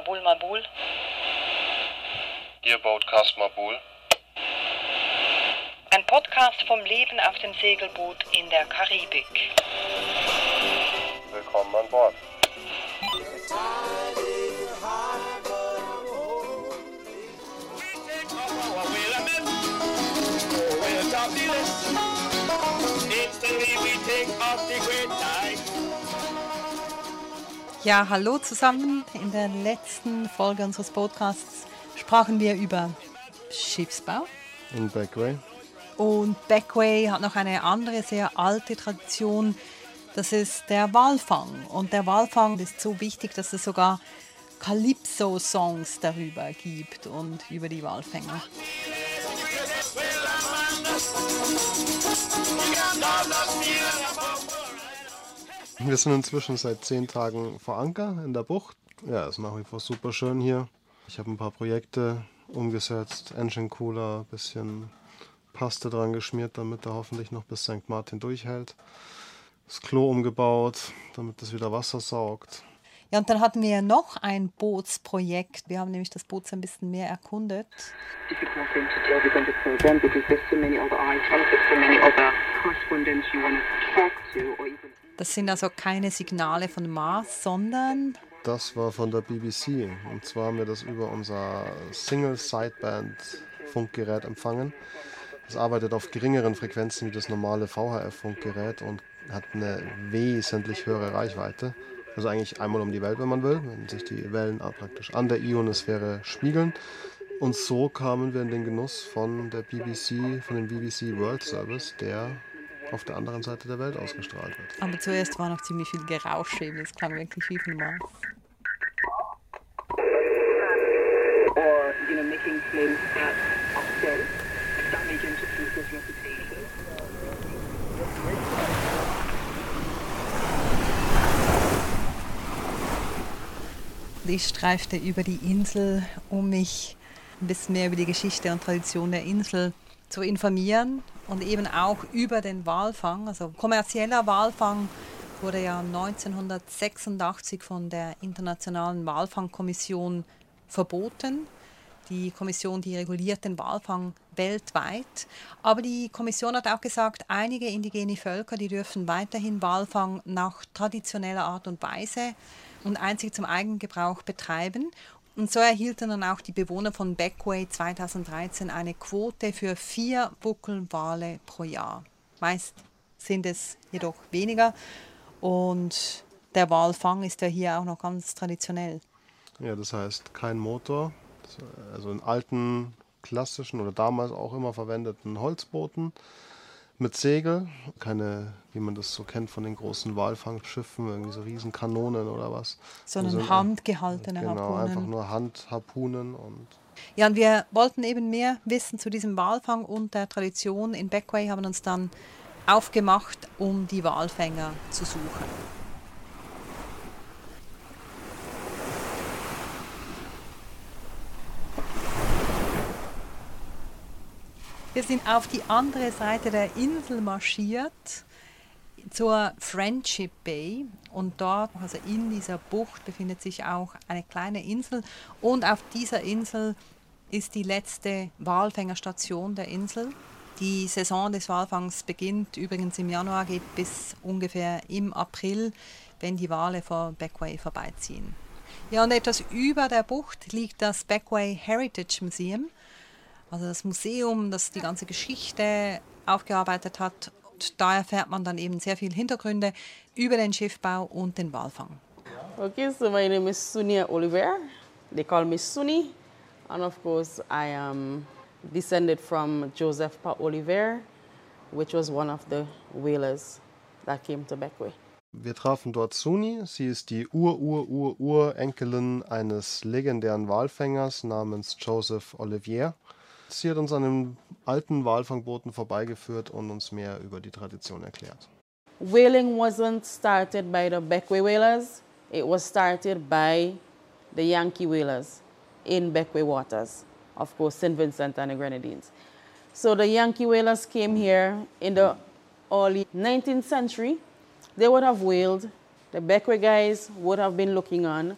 Mabul Mabul. Ihr Boatcast Mabul. Ein Podcast vom Leben auf dem Segelboot in der Karibik. Willkommen an Bord. Ja, hallo zusammen. In der letzten Folge unseres Podcasts sprachen wir über Schiffsbau. In Beckway. Und Beckway hat noch eine andere, sehr alte Tradition. Das ist der Walfang. Und der Walfang ist so wichtig, dass es sogar Calypso-Songs darüber gibt und über die Walfänger. Wir sind inzwischen seit 10 Tagen vor Anker in der Bucht. Ja, ist nach wie vor super schön hier. Ich habe ein paar Projekte umgesetzt, Engine Cooler, bisschen Paste dran geschmiert, damit er hoffentlich noch bis St. Martin durchhält. Das Klo umgebaut, damit es wieder Wasser saugt. Ja, und dann hatten wir noch ein Bootsprojekt. Wir haben nämlich das Boot so ein bisschen mehr erkundet. Das sind also keine Signale von Mars, sondern... Das war von der BBC. Und zwar haben wir das über unser Single-Sideband-Funkgerät empfangen. Das arbeitet auf geringeren Frequenzen wie das normale VHF-Funkgerät und hat eine wesentlich höhere Reichweite. Also eigentlich einmal um die Welt, wenn man will, wenn sich die Wellen praktisch an der Ionosphäre spiegeln. Und so kamen wir in den Genuss von der BBC, von dem BBC World Service, der auf der anderen Seite der Welt ausgestrahlt wird. Aber zuerst war noch ziemlich viel Gerausche, das klang wirklich wie von Mars. Ich streifte über die Insel, um mich ein bisschen mehr über die Geschichte und Tradition der Insel zu informieren und eben auch über den Walfang. Also kommerzieller Walfang wurde ja 1986 von der Internationalen Walfangkommission verboten. Die Kommission, die reguliert den Walfang weltweit. Aber die Kommission hat auch gesagt, einige indigene Völker, die dürfen weiterhin Walfang nach traditioneller Art und Weise und einzig zum Eigengebrauch betreiben. Und so erhielten dann auch die Bewohner von Beckway 2013 eine Quote für 4 Buckelwale pro Jahr. Meist sind es jedoch weniger. Und der Walfang ist ja hier auch noch ganz traditionell. Ja, das heißt kein Motor, also in alten, klassischen oder damals auch immer verwendeten Holzbooten mit Segel, keine, wie man das so kennt von den großen Walfangschiffen, irgendwie so Riesenkanonen oder was. Sondern handgehaltene Harpunen. Genau, einfach nur Handharpunen. Ja, und wir wollten eben mehr wissen zu diesem Walfang und der Tradition in Beckway, haben uns dann aufgemacht, um die Walfänger zu suchen. Wir sind auf die andere Seite der Insel marschiert, zur Friendship Bay. Und dort, also in dieser Bucht, befindet sich auch eine kleine Insel. Und auf dieser Insel ist die letzte Walfängerstation der Insel. Die Saison des Walfangs beginnt übrigens im Januar, geht bis ungefähr im April, wenn die Wale vor Beckway vorbeiziehen. Ja, und etwas über der Bucht liegt das Beckway Heritage Museum. Also das Museum, das die ganze Geschichte aufgearbeitet hat. Und da erfährt man dann eben sehr viel Hintergründe über den Schiffbau und den Walfang. Okay, so my name is Sunia Oliver. They call me Suni. And of course, I am descended from Joseph Pa Oliver, which was one of the whalers that came to Beckway. Wir trafen dort Suni. Sie ist die Urenkelin eines legendären Walfängers namens Joseph Olivier. Sie hat uns an den alten Walfangbooten vorbeigeführt und uns mehr über die Tradition erklärt. Whaling wasn't started by the Beckway whalers. It was started by the Yankee whalers in Beckway waters, of course, St. Vincent and the Grenadines. So the Yankee whalers came here in the early 19th century. They would have whaled. The Beckway guys would have been looking on.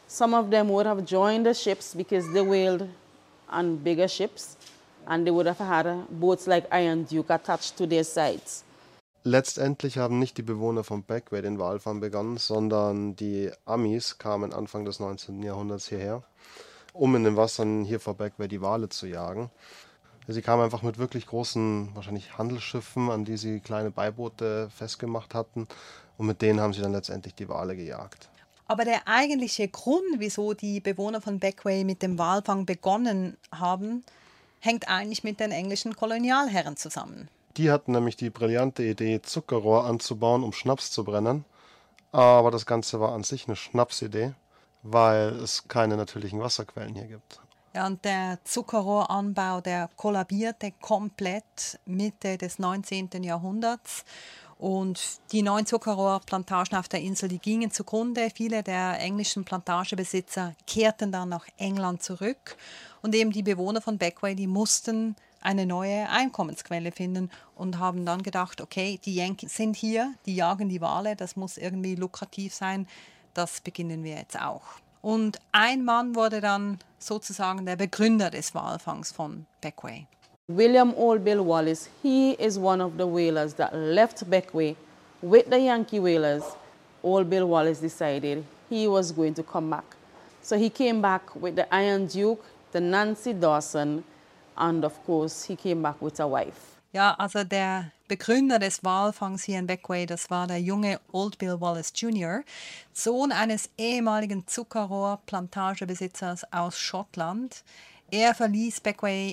Some of them would have joined the ships because they whaled on bigger ships, and they would have had boats like Iron Duke attached to their sides. Letztendlich haben nicht die Bewohner von Bequia den Walfang begonnen, sondern die Amis kamen Anfang des 19. Jahrhunderts hierher, um in den Wassern hier vor Bequia die Wale zu jagen. Sie kamen einfach mit wirklich großen, wahrscheinlich Handelsschiffen, an die sie kleine Beiboote festgemacht hatten, und mit denen haben sie dann letztendlich die Wale gejagt. Aber der eigentliche Grund, wieso die Bewohner von Bequia mit dem Walfang begonnen haben, hängt eigentlich mit den englischen Kolonialherren zusammen. Die hatten nämlich die brillante Idee, Zuckerrohr anzubauen, um Schnaps zu brennen. Aber das Ganze war an sich eine Schnapsidee, weil es keine natürlichen Wasserquellen hier gibt. Ja, und der Zuckerrohranbau, der kollabierte komplett Mitte des 19. Jahrhunderts. Und die neuen Zuckerrohrplantagen auf der Insel, die gingen zugrunde. Viele der englischen Plantagebesitzer kehrten dann nach England zurück. Und eben die Bewohner von Bequia, die mussten eine neue Einkommensquelle finden und haben dann gedacht, okay, die Yankees sind hier, die jagen die Wale, das muss irgendwie lukrativ sein, das beginnen wir jetzt auch. Und ein Mann wurde dann sozusagen der Begründer des Walfangs von Bequia. William Old Bill Wallace, he is one of the whalers that left Bequia with the Yankee whalers. Old Bill Wallace decided he was going to come back. So he came back with the Iron Duke, the Nancy Dawson, and of course he came back with a wife. Ja, also der Begründer des Walfangs hier in Bequia, das war der junge Old Bill Wallace Jr., Sohn eines ehemaligen Zuckerrohrplantagebesitzers aus Schottland. Er verließ Bequia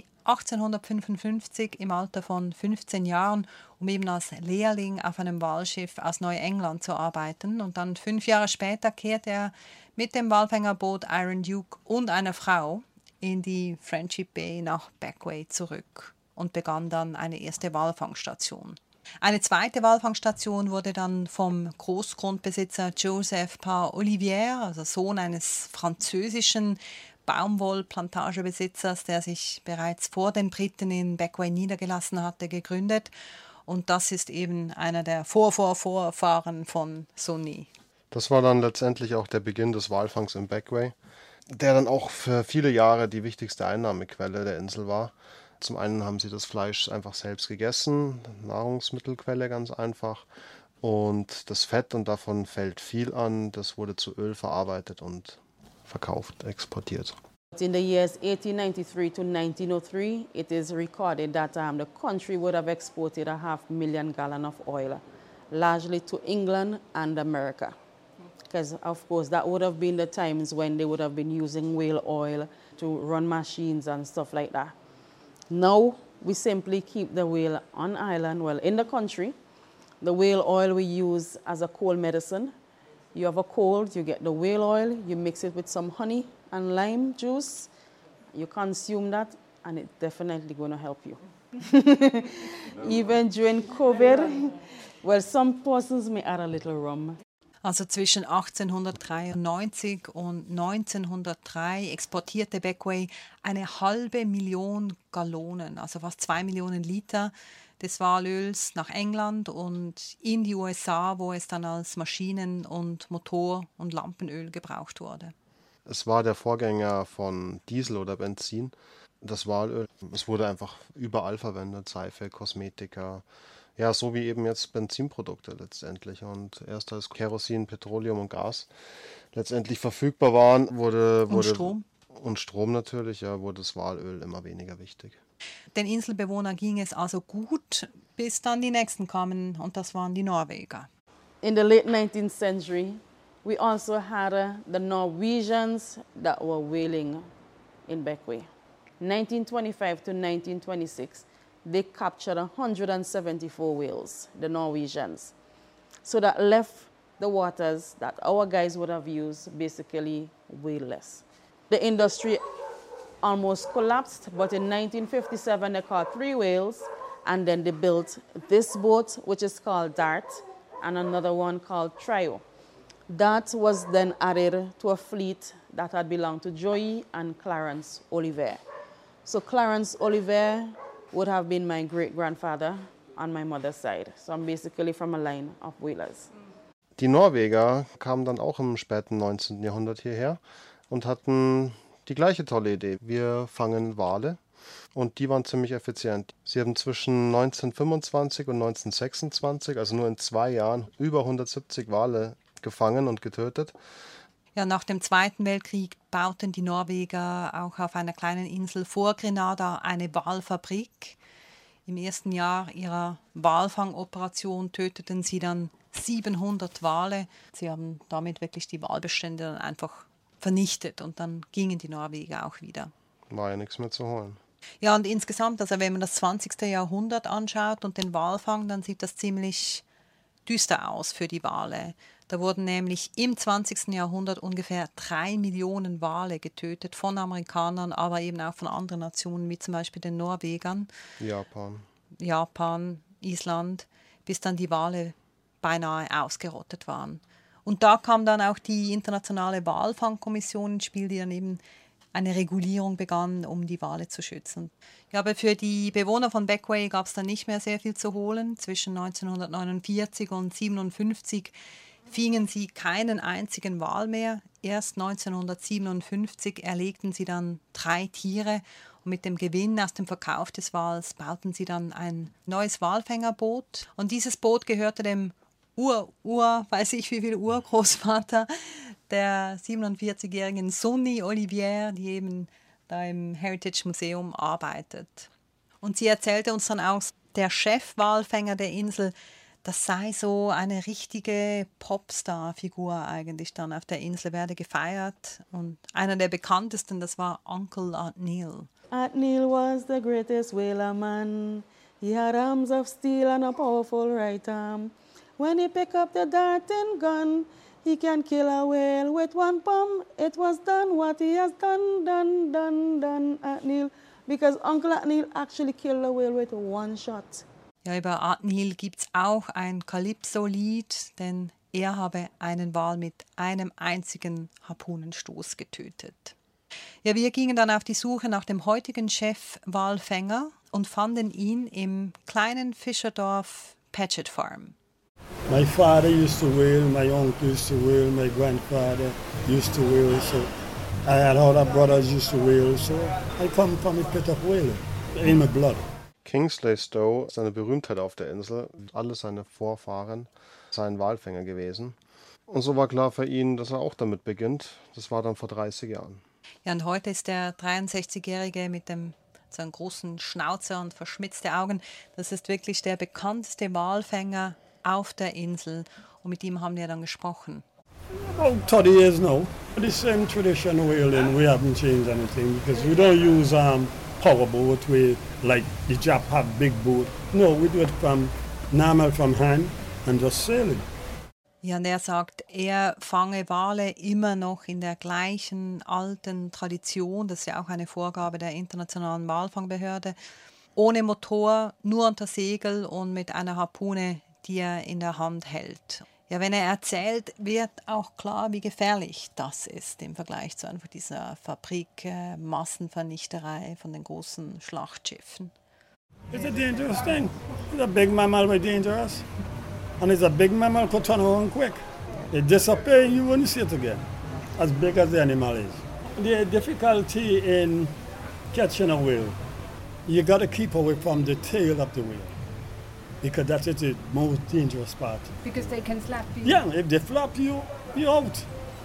1855 im Alter von 15 Jahren, um eben als Lehrling auf einem Walschiff aus Neuengland zu arbeiten. Und dann 5 Jahre später kehrte er mit dem Walfängerboot Iron Duke und einer Frau in die Friendship Bay nach Bequia zurück und begann dann eine erste Walfangstation. Eine zweite Walfangstation wurde dann vom Großgrundbesitzer Joseph Parr Olivier, also Sohn eines französischen Baumwollplantagebesitzers, der sich bereits vor den Briten in Bequia niedergelassen hatte, gegründet. Und das ist eben einer der Vorfahren von Sony. Das war dann letztendlich auch der Beginn des Walfangs in Bequia, der dann auch für viele Jahre die wichtigste Einnahmequelle der Insel war. Zum einen haben sie das Fleisch einfach selbst gegessen, Nahrungsmittelquelle ganz einfach. Und das Fett, und davon fällt viel an, das wurde zu Öl verarbeitet und verkauft, exportiert. In the years 1893 to 1903, it is recorded that the country would have exported 500,000 gallons of oil, largely to England and America. Because, of course, that would have been the times when they would have been using whale oil to run machines and stuff like that. Now, we simply keep the whale on island, well, in the country. The whale oil we use as a cold medicine. You have a cold, you get the whale oil, you mix it with some honey and lime juice. You consume that, and it's definitely going to help you. Even during COVID, well, some persons may add a little rum. Also zwischen 1893 und 1903 exportierte Bequia 500,000 Gallonen, also fast 2 Millionen Liter des Walöls nach England und in die USA, wo es dann als Maschinen- und Motor- und Lampenöl gebraucht wurde. Es war der Vorgänger von Diesel oder Benzin, das Walöl. Es wurde einfach überall verwendet, Seife, Kosmetika, ja, so wie eben jetzt Benzinprodukte letztendlich. Und erst als Kerosin, Petroleum und Gas letztendlich verfügbar waren, wurde Strom. Und Strom natürlich, ja, wurde das Walöl immer weniger wichtig. Den Inselbewohnern ging es also gut, bis dann die nächsten kamen, und das waren die Norweger. In the late 19th century, we also had the Norwegians that were whaling in Bequia. 1925 to 1926, they captured 174 whales, the Norwegians. So that left the waters that our guys would have used basically whaleless. The industry almost collapsed, but in 1957 they caught 3 whales, and then they built this boat, which is called Dart, and another one called Trio. That was then added to a fleet that had belonged to Joey and Clarence Oliver. So Clarence Oliver would have been my great-grandfather on my mother's side. So I'm basically from a line of whalers. Die Norweger kamen dann auch im späten 19. Jahrhundert hierher und hatten die gleiche tolle Idee. Wir fangen Wale. Und die waren ziemlich effizient. Sie haben zwischen 1925 und 1926, also nur in 2 Jahren, über 170 Wale gefangen und getötet. Ja, nach dem Zweiten Weltkrieg bauten die Norweger auch auf einer kleinen Insel vor Grenada eine Walfabrik. Im ersten Jahr ihrer Walfangoperation töteten sie dann 700 Wale. Sie haben damit wirklich die Walbestände dann einfach vernichtet und dann gingen die Norweger auch wieder. War ja nichts mehr zu holen. Ja, und insgesamt, also wenn man das 20. Jahrhundert anschaut und den Walfang, dann sieht das ziemlich düster aus für die Wale. Da wurden nämlich im 20. Jahrhundert ungefähr 3 Millionen Wale getötet von Amerikanern, aber eben auch von anderen Nationen, wie zum Beispiel den Norwegern, Japan, Island, bis dann die Wale beinahe ausgerottet waren. Und da kam dann auch die internationale Walfangkommission ins Spiel, die dann eben eine Regulierung begann, um die Wale zu schützen. Ja, aber für die Bewohner von Bequia gab es dann nicht mehr sehr viel zu holen. Zwischen 1949 und 1957 fingen sie keinen einzigen Wal mehr. Erst 1957 erlegten sie dann 3 Tiere und mit dem Gewinn aus dem Verkauf des Wals bauten sie dann ein neues Walfängerboot. Und dieses Boot gehörte dem weiß ich wie viel Urgroßvater der 47-jährigen Sonny Olivier, die eben da im Heritage Museum arbeitet. Und sie erzählte uns dann auch, der Chef-Walfänger der Insel, das sei so eine richtige Popstar-Figur eigentlich dann auf der Insel, werde gefeiert. Und einer der bekanntesten, das war Uncle Art Neil. Art Neil was the greatest whaler man. He had arms of steel and a powerful right arm. When he pick up the darting gun, he can kill a whale with one pump. It was done what he has done, Art Neil. Because Uncle Art Neil actually killed a whale with one shot. Ja, über Art Neil gibt es auch ein Calypso-Lied, denn er habe einen Wal mit einem einzigen Harpunenstoß getötet. Ja, wir gingen dann auf die Suche nach dem heutigen Chef-Walfänger und fanden ihn im kleinen Fischerdorf Paget Farm. My father used to whale, my uncle used to whale, my grandfather used to whale, so I had other brothers used to whale, so I come from a pit of whaling in my blood. Kingsley Stowe ist eine Berühmtheit auf der Insel. Alle seine Vorfahren seien Walfänger gewesen. Und so war klar für ihn, dass er auch damit beginnt. Das war dann vor 30 Jahren. Ja, und heute ist der 63-Jährige mit so einem großen Schnauzer und verschmitzte Augen. Das ist wirklich der bekannteste Walfänger auf der Insel. Und mit ihm haben wir dann gesprochen. About 30 years now. The same tradition whaling, we haven't changed anything because we don't use powerboat, like the Jap have big boat. No, we do it normal from hand and just sailing. Ja, und er sagt, er fange Wale immer noch in der gleichen alten Tradition. Das ist ja auch eine Vorgabe der Internationalen Walfangbehörde. Ohne Motor, nur unter Segel und mit einer Harpune, die er in der Hand hält. Ja, wenn er erzählt, wird auch klar, wie gefährlich das ist im Vergleich zu einfach dieser Fabrik, Massenvernichterei von den großen Schlachtschiffen. It's a dangerous thing. It's a big mammal, very dangerous. And it's a big mammal, could turn around quick. It disappears, you won't see it again, as big as the animal is. The difficulty in catching a whale, you got to keep away from the tail of the whale, because that is the most dangerous part. Because they can slap you? Yeah, if they flap you, you're out.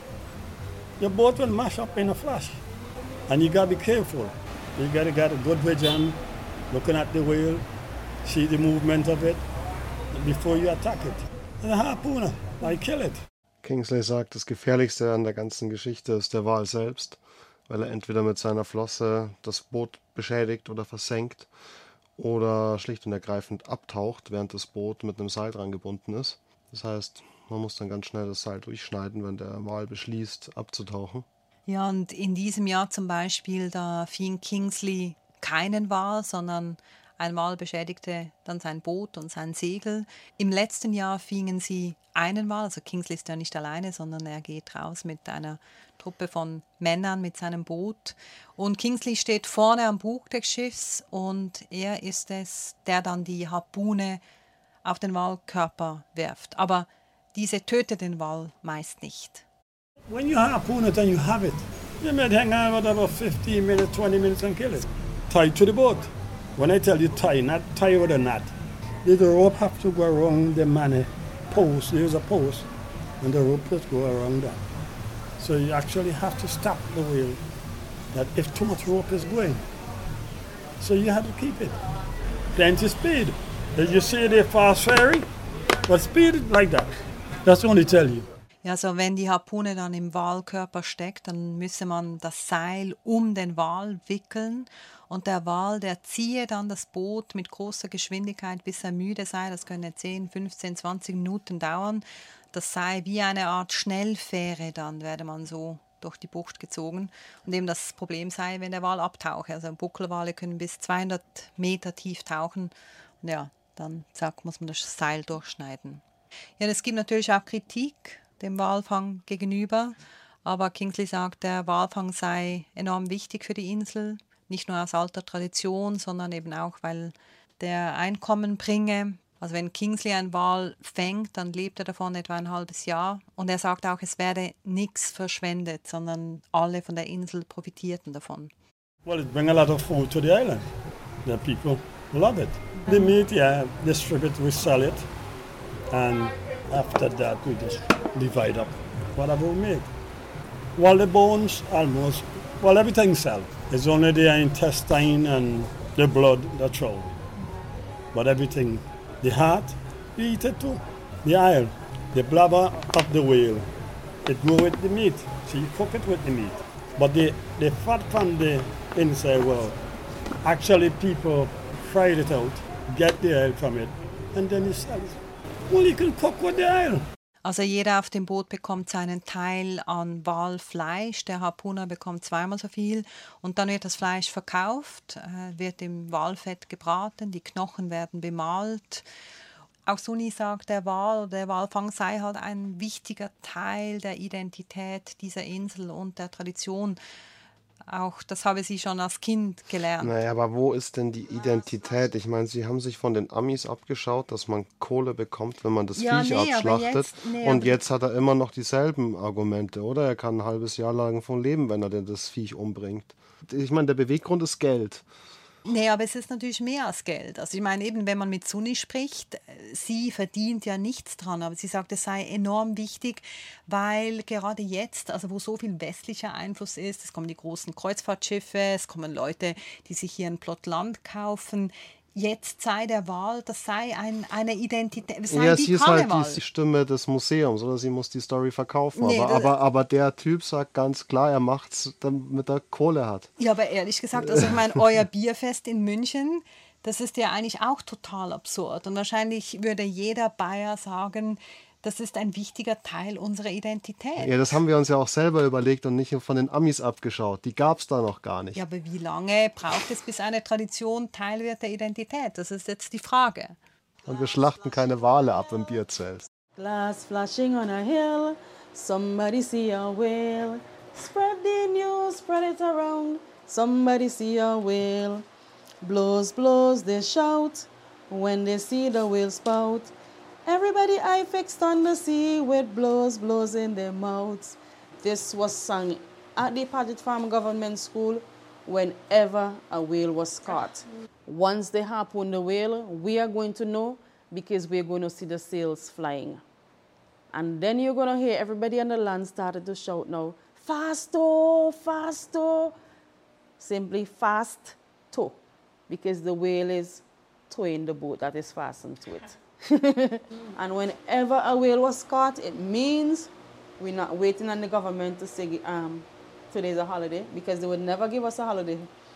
Your boat will mash up in a flash. And you got to be careful. You got to get a good vision, looking at the whale, see the movement of it, before you attack it. And a harpooner, I kill it. Kingsley sagt, das Gefährlichste an der ganzen Geschichte ist der Wal selbst, weil er entweder mit seiner Flosse das Boot beschädigt oder versenkt oder schlicht und ergreifend abtaucht, während das Boot mit einem Seil dran gebunden ist. Das heißt, man muss dann ganz schnell das Seil durchschneiden, wenn der Wal beschließt, abzutauchen. Ja, und in diesem Jahr zum Beispiel, da fing Kingsley keinen Wal, sondern ein Wal beschädigte dann sein Boot und sein Segel. Im letzten Jahr fingen sie einen Wal, also Kingsley ist ja nicht alleine, sondern er geht raus mit einer Truppe von Männern mit seinem Boot. Und Kingsley steht vorne am Bug des Schiffs und er ist es, der dann die Harpune auf den Walkörper wirft. Aber diese tötet den Wal meist nicht. When you harpoon it and you have it, you might hang on with about 15 minutes, 20 minutes and kill it. Tie it to the boat. When I tell you tie, not tie with a knot. The rope have to go around the man post. There's a post, and the rope must go around that. So you actually have to stop the whale. That if too much rope is going, so you have to keep it. Plenty speed. As you see the fast ferry, but speed like that. That's only tell you. Ja, also wenn die Harpune dann im Walkörper steckt, dann müsse man das Seil um den Wal wickeln und der Wal, der ziehe dann das Boot mit großer Geschwindigkeit, bis er müde sei. Das könne 10, 15, 20 Minuten dauern. Das sei wie eine Art Schnellfähre, dann werde man so durch die Bucht gezogen. Und eben das Problem sei, wenn der Wal abtauche. Also Buckelwale können bis 200 Meter tief tauchen. Und ja, dann zack, muss man das Seil durchschneiden. Ja, es gibt natürlich auch Kritik dem Walfang gegenüber. Aber Kingsley sagt, der Walfang sei enorm wichtig für die Insel. Nicht nur aus alter Tradition, sondern eben auch, weil der Einkommen bringe. Also wenn Kingsley einen Wal fängt, dann lebt er davon etwa ein halbes Jahr. Und er sagt auch, es werde nichts verschwendet, sondern alle von der Insel profitierten davon. Well, it brings a lot of food to the island. The people love it. The meat, yeah, distribute, we sell it. And after that, we just divide up whatever we make. Well, the bones almost, well, everything sells. It's only the intestine and the blood that throw. But everything, the heart, we eat it too. The eye, the blubber of the whale, it go with the meat. So you cook it with the meat. But the fat from the inside, well, actually people fried it out, get the oil from it, and then you sell it. Well, you can cook with the oil. Also jeder auf dem Boot bekommt seinen Teil an Walfleisch. Der Harpuner bekommt zweimal so viel. Und dann wird das Fleisch verkauft, wird im Walfett gebraten, die Knochen werden bemalt. Auch Suni sagt, der Walfang sei halt ein wichtiger Teil der Identität dieser Insel und der Tradition. Auch das habe sie schon als Kind gelernt. Naja, aber wo ist denn die Identität? Ich meine, sie haben sich von den Amis abgeschaut, dass man Kohle bekommt, wenn man das Viech abschlachtet. Und jetzt hat er immer noch dieselben Argumente, oder? Er kann ein halbes Jahr lang davon leben, wenn er denn das Viech umbringt. Ich meine, der Beweggrund ist Geld. Nee, aber es ist natürlich mehr als Geld. Also ich meine, eben wenn man mit Suni spricht, sie verdient ja nichts dran, aber sie sagt, es sei enorm wichtig, weil gerade jetzt, also wo so viel westlicher Einfluss ist, es kommen die großen Kreuzfahrtschiffe, es kommen Leute, die sich hier einen Plot Land kaufen, jetzt sei der Wal, das sei eine Identität, sei ja, die sie ist Karneval. halt die Stimme des Museums, oder? Sie muss die Story verkaufen. Nee, aber der Typ sagt ganz klar, er macht es, damit er Kohle hat. Ja, aber ehrlich gesagt, also ich meine, euer Bierfest in München, das ist ja eigentlich auch total absurd. Und wahrscheinlich würde jeder Bayer sagen, das ist ein wichtiger Teil unserer Identität. Ja, das haben wir uns ja auch selber überlegt und nicht von den Amis abgeschaut. Die gab es da noch gar nicht. Ja, aber wie lange braucht es, bis eine Tradition Teil wird der Identität? Das ist jetzt die Frage. Und wir schlachten keine Wale ab im Bierzelt. Glass flashing on a hill, somebody see a whale. Spread the news, spread it around, somebody see a whale. Blows, blows, they shout, when they see the whale spout. Everybody eye fixed on the sea with blows, blows in their mouths. This was sung at the Paget Farm Government School whenever a whale was caught. Once they harpoon the whale, we are going to know because we're going to see the sails flying. And then you're going to hear everybody on the land started to shout now, fasto, fasto. Simply fast tow, because the whale is towing the boat that is fastened to it. And whenever a whale was caught, it means we're not waiting on the government to say today's a holiday, because they would never give us a holiday.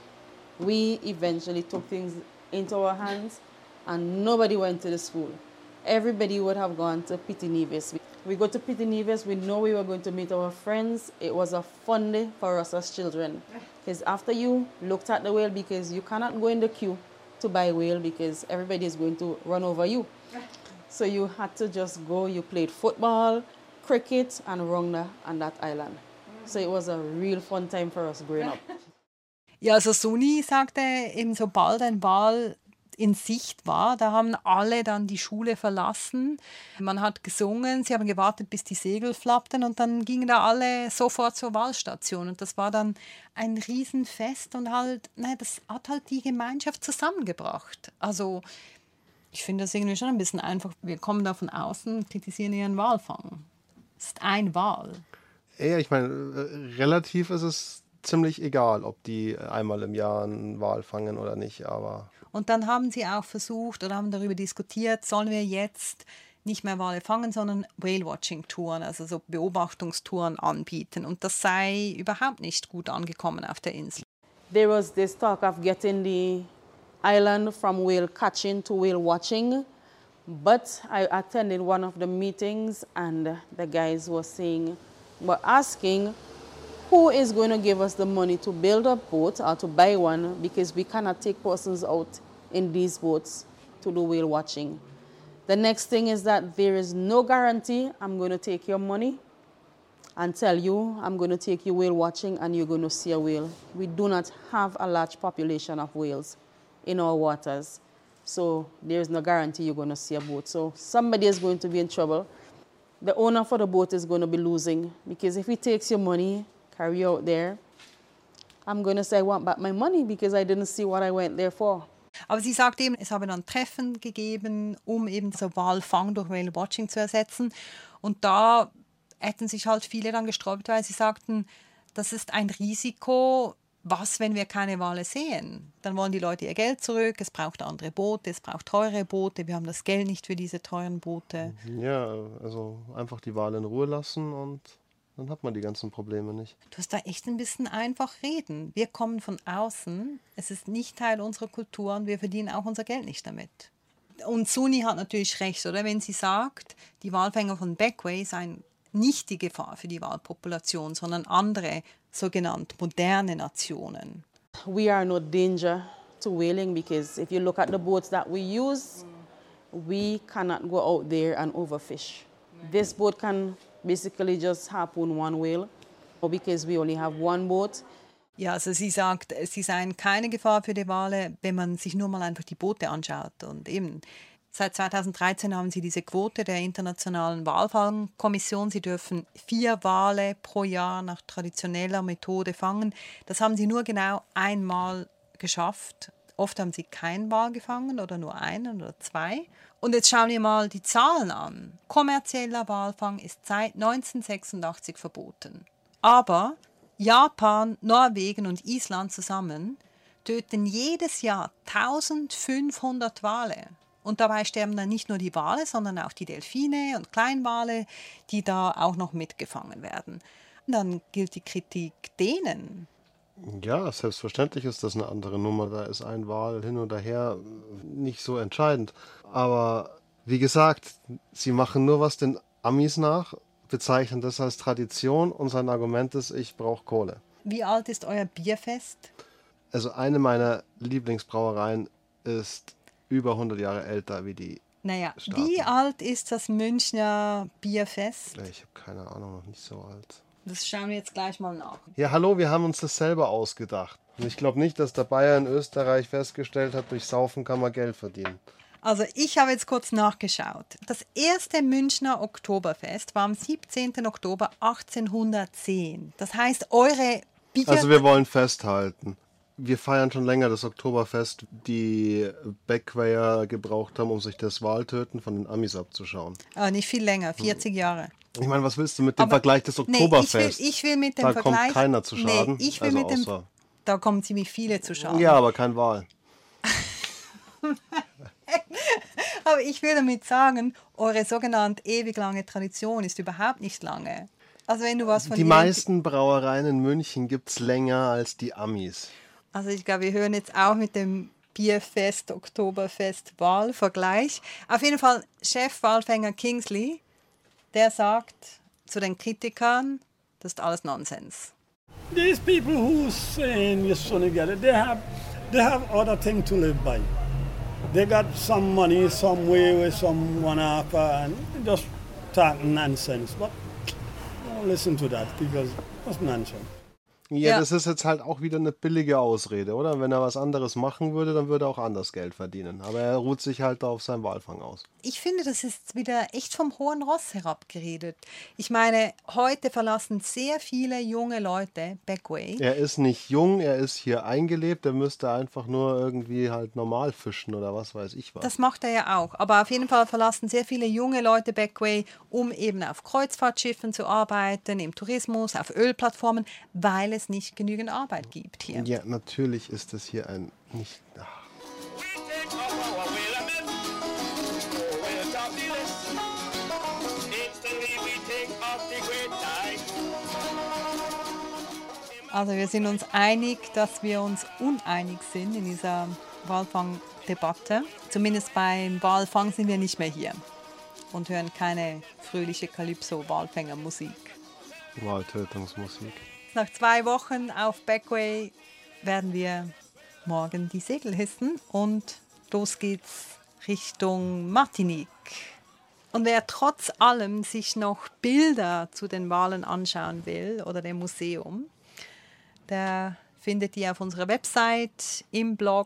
We eventually took things into our hands and nobody went to the school. Everybody would have gone to Piti Nevis. We go to Piti Nevis, we know we were going to meet our friends. It was a fun day for us as children. Because after you looked at the whale, because you cannot go in the queue to buy whale because everybody is going to run over you. So you had to just go, you played football, cricket and rungna on that island. So it was a real fun time for us growing up. Ja, also Suni sagte eben, sobald ein Wal in Sicht war. Da haben alle dann die Schule verlassen. Man hat gesungen, sie haben gewartet, bis die Segel flappten und dann gingen da alle sofort zur Wahlstation. Und das war dann ein Riesenfest und das hat halt die Gemeinschaft zusammengebracht. Also ich finde das irgendwie schon ein bisschen einfach. Wir kommen da von außen und kritisieren ihren Walfang. Es ist ein Wal. Ja, ich meine, relativ ist es ziemlich egal, ob die einmal im Jahr einen Wal fangen oder nicht. Aber und dann haben sie auch versucht oder haben darüber diskutiert, sollen wir jetzt nicht mehr Wale fangen, sondern Whale-Watching-Touren, also so Beobachtungstouren anbieten. Und das sei überhaupt nicht gut angekommen auf der Insel. There was this talk of getting the island from whale catching to whale watching. But I attended one of the meetings and the guys were asking who is going to give us the money to build a boat or to buy one, because we cannot take persons out in these boats to do whale watching. The next thing is that there is no guarantee I'm going to take your money and tell you I'm going to take you whale watching and you're going to see a whale. We do not have a large population of whales in our waters. So there's no guarantee you're going to see a boat. So somebody is going to be in trouble. The owner for the boat is going to be losing, because if he takes your money, carry you out there, I'm going to say I want back my money because I didn't see what I went there for. Aber sie sagt eben, es habe dann Treffen gegeben, um eben so Walfang durch Whale Watching zu ersetzen. Und da hätten sich halt viele dann gesträubt, weil sie sagten, das ist ein Risiko. Was, wenn wir keine Wale sehen? Dann wollen die Leute ihr Geld zurück, es braucht andere Boote, es braucht teure Boote, wir haben das Geld nicht für diese teuren Boote. ja, also einfach die Wale in Ruhe lassen und dann hat man die ganzen Probleme nicht. Du hast da echt ein bisschen einfach reden. Wir kommen von außen, es ist nicht Teil unserer Kultur und wir verdienen auch unser Geld nicht damit. Und Suni hat natürlich recht, oder? Wenn sie sagt, die Walfänger von Bequia seien nicht die Gefahr für die Walpopulation, sondern andere sogenannte moderne Nationen. We are no danger to whaling, because if you look at the boats that we use, we cannot go out there and overfish. This boat can basically just harpoon one whale, because we only have one boat. Ja, also sie sagt, sie seien keine Gefahr für die Wale, wenn man sich nur mal einfach die Boote anschaut. Und eben, seit 2013 haben sie diese Quote der Internationalen Walfangkommission. Sie dürfen 4 Wale pro Jahr nach traditioneller Methode fangen. Das haben sie nur genau einmal geschafft. Oft haben sie keinen Wal gefangen oder nur einen oder 2. Und jetzt schauen wir mal die Zahlen an. Kommerzieller Walfang ist seit 1986 verboten. Aber Japan, Norwegen und Island zusammen töten jedes Jahr 1500 Wale. Und dabei sterben dann nicht nur die Wale, sondern auch die Delfine und Kleinwale, die da auch noch mitgefangen werden. Und dann gilt die Kritik denen. Ja, selbstverständlich ist das eine andere Nummer. Da ist ein Wal hin und her nicht so entscheidend. Aber wie gesagt, sie machen nur was den Amis nach, bezeichnen das als Tradition und sein Argument ist, ich brauche Kohle. Wie alt ist euer Bierfest? Also eine meiner Lieblingsbrauereien ist über 100 Jahre älter wie die Naja, Staaten. wie alt ist das Münchner Bierfest? Ich habe keine Ahnung, noch nicht so alt. Das schauen wir jetzt gleich mal nach. Ja, hallo, wir haben uns das selber ausgedacht. Und ich glaube nicht, dass der Bayer in Österreich festgestellt hat, durch Saufen kann man Geld verdienen. Also ich habe jetzt kurz nachgeschaut. Das erste Münchner Oktoberfest war am 17. Oktober 1810. Das heißt, eure Bier... Also wir wollen festhalten. Wir feiern schon länger das Oktoberfest, die Bequia gebraucht haben, um sich das Waltöten von den Amis abzuschauen. nicht viel länger, 40 Jahre. Ich meine, was willst du mit dem Aber Vergleich des Oktoberfests? Ich will mit dem da Vergleich... kommt keiner zu Schaden. Nee, ich will also mit dem... außer, Da kommen ziemlich viele zu Schaden. ja, aber kein Wal. Aber ich will damit sagen, eure sogenannte ewig lange Tradition ist überhaupt nicht lange. Also wenn du was von Die meisten Brauereien in München gibt es länger als die Amis. Also ich glaube, wir hören jetzt auch mit dem Bierfest, Oktoberfest, Walvergleich. Auf jeden Fall Chef-Walfänger Kingsley, der sagt zu den Kritikern, das ist alles Nonsens. These people who saying you're so together, they have other things to live by. They got some money, some way with someone after, and just talk nonsense. But don't listen to that because that's nonsense. Ja, das ist jetzt halt auch wieder eine billige Ausrede, oder? Wenn er was anderes machen würde, dann würde er auch anders Geld verdienen. Aber er ruht sich halt da auf seinem Walfang aus. Ich finde, das ist wieder echt vom hohen Ross herabgeredet. Ich meine, heute verlassen sehr viele junge Leute Beckway. Er ist nicht jung, er ist hier eingelebt, er müsste einfach nur irgendwie halt normal fischen oder was weiß ich was. Das macht er ja auch. Aber auf jeden Fall verlassen sehr viele junge Leute Beckway, um eben auf Kreuzfahrtschiffen zu arbeiten, im Tourismus, auf Ölplattformen, weil es nicht genügend Arbeit gibt hier. Ja, natürlich ist das hier ein nicht... Also wir sind uns einig, dass wir uns uneinig sind in dieser Walfangdebatte. Zumindest beim Walfang sind wir nicht mehr hier und hören keine fröhliche Calypso-Walfängermusik. Waltötungsmusik. Nach 2 Wochen auf Beckway werden wir morgen die Segel hissen und los geht's Richtung Martinique. Und wer trotz allem sich noch Bilder zu den Walen anschauen will oder dem Museum, der findet die auf unserer Website im Blog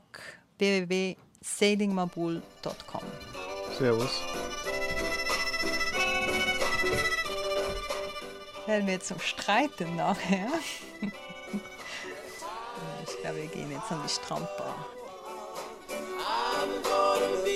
www.sailingmabul.com. Servus. Werden wir jetzt zum Streiten nachher? Ich glaube, wir gehen jetzt an die Strandbar.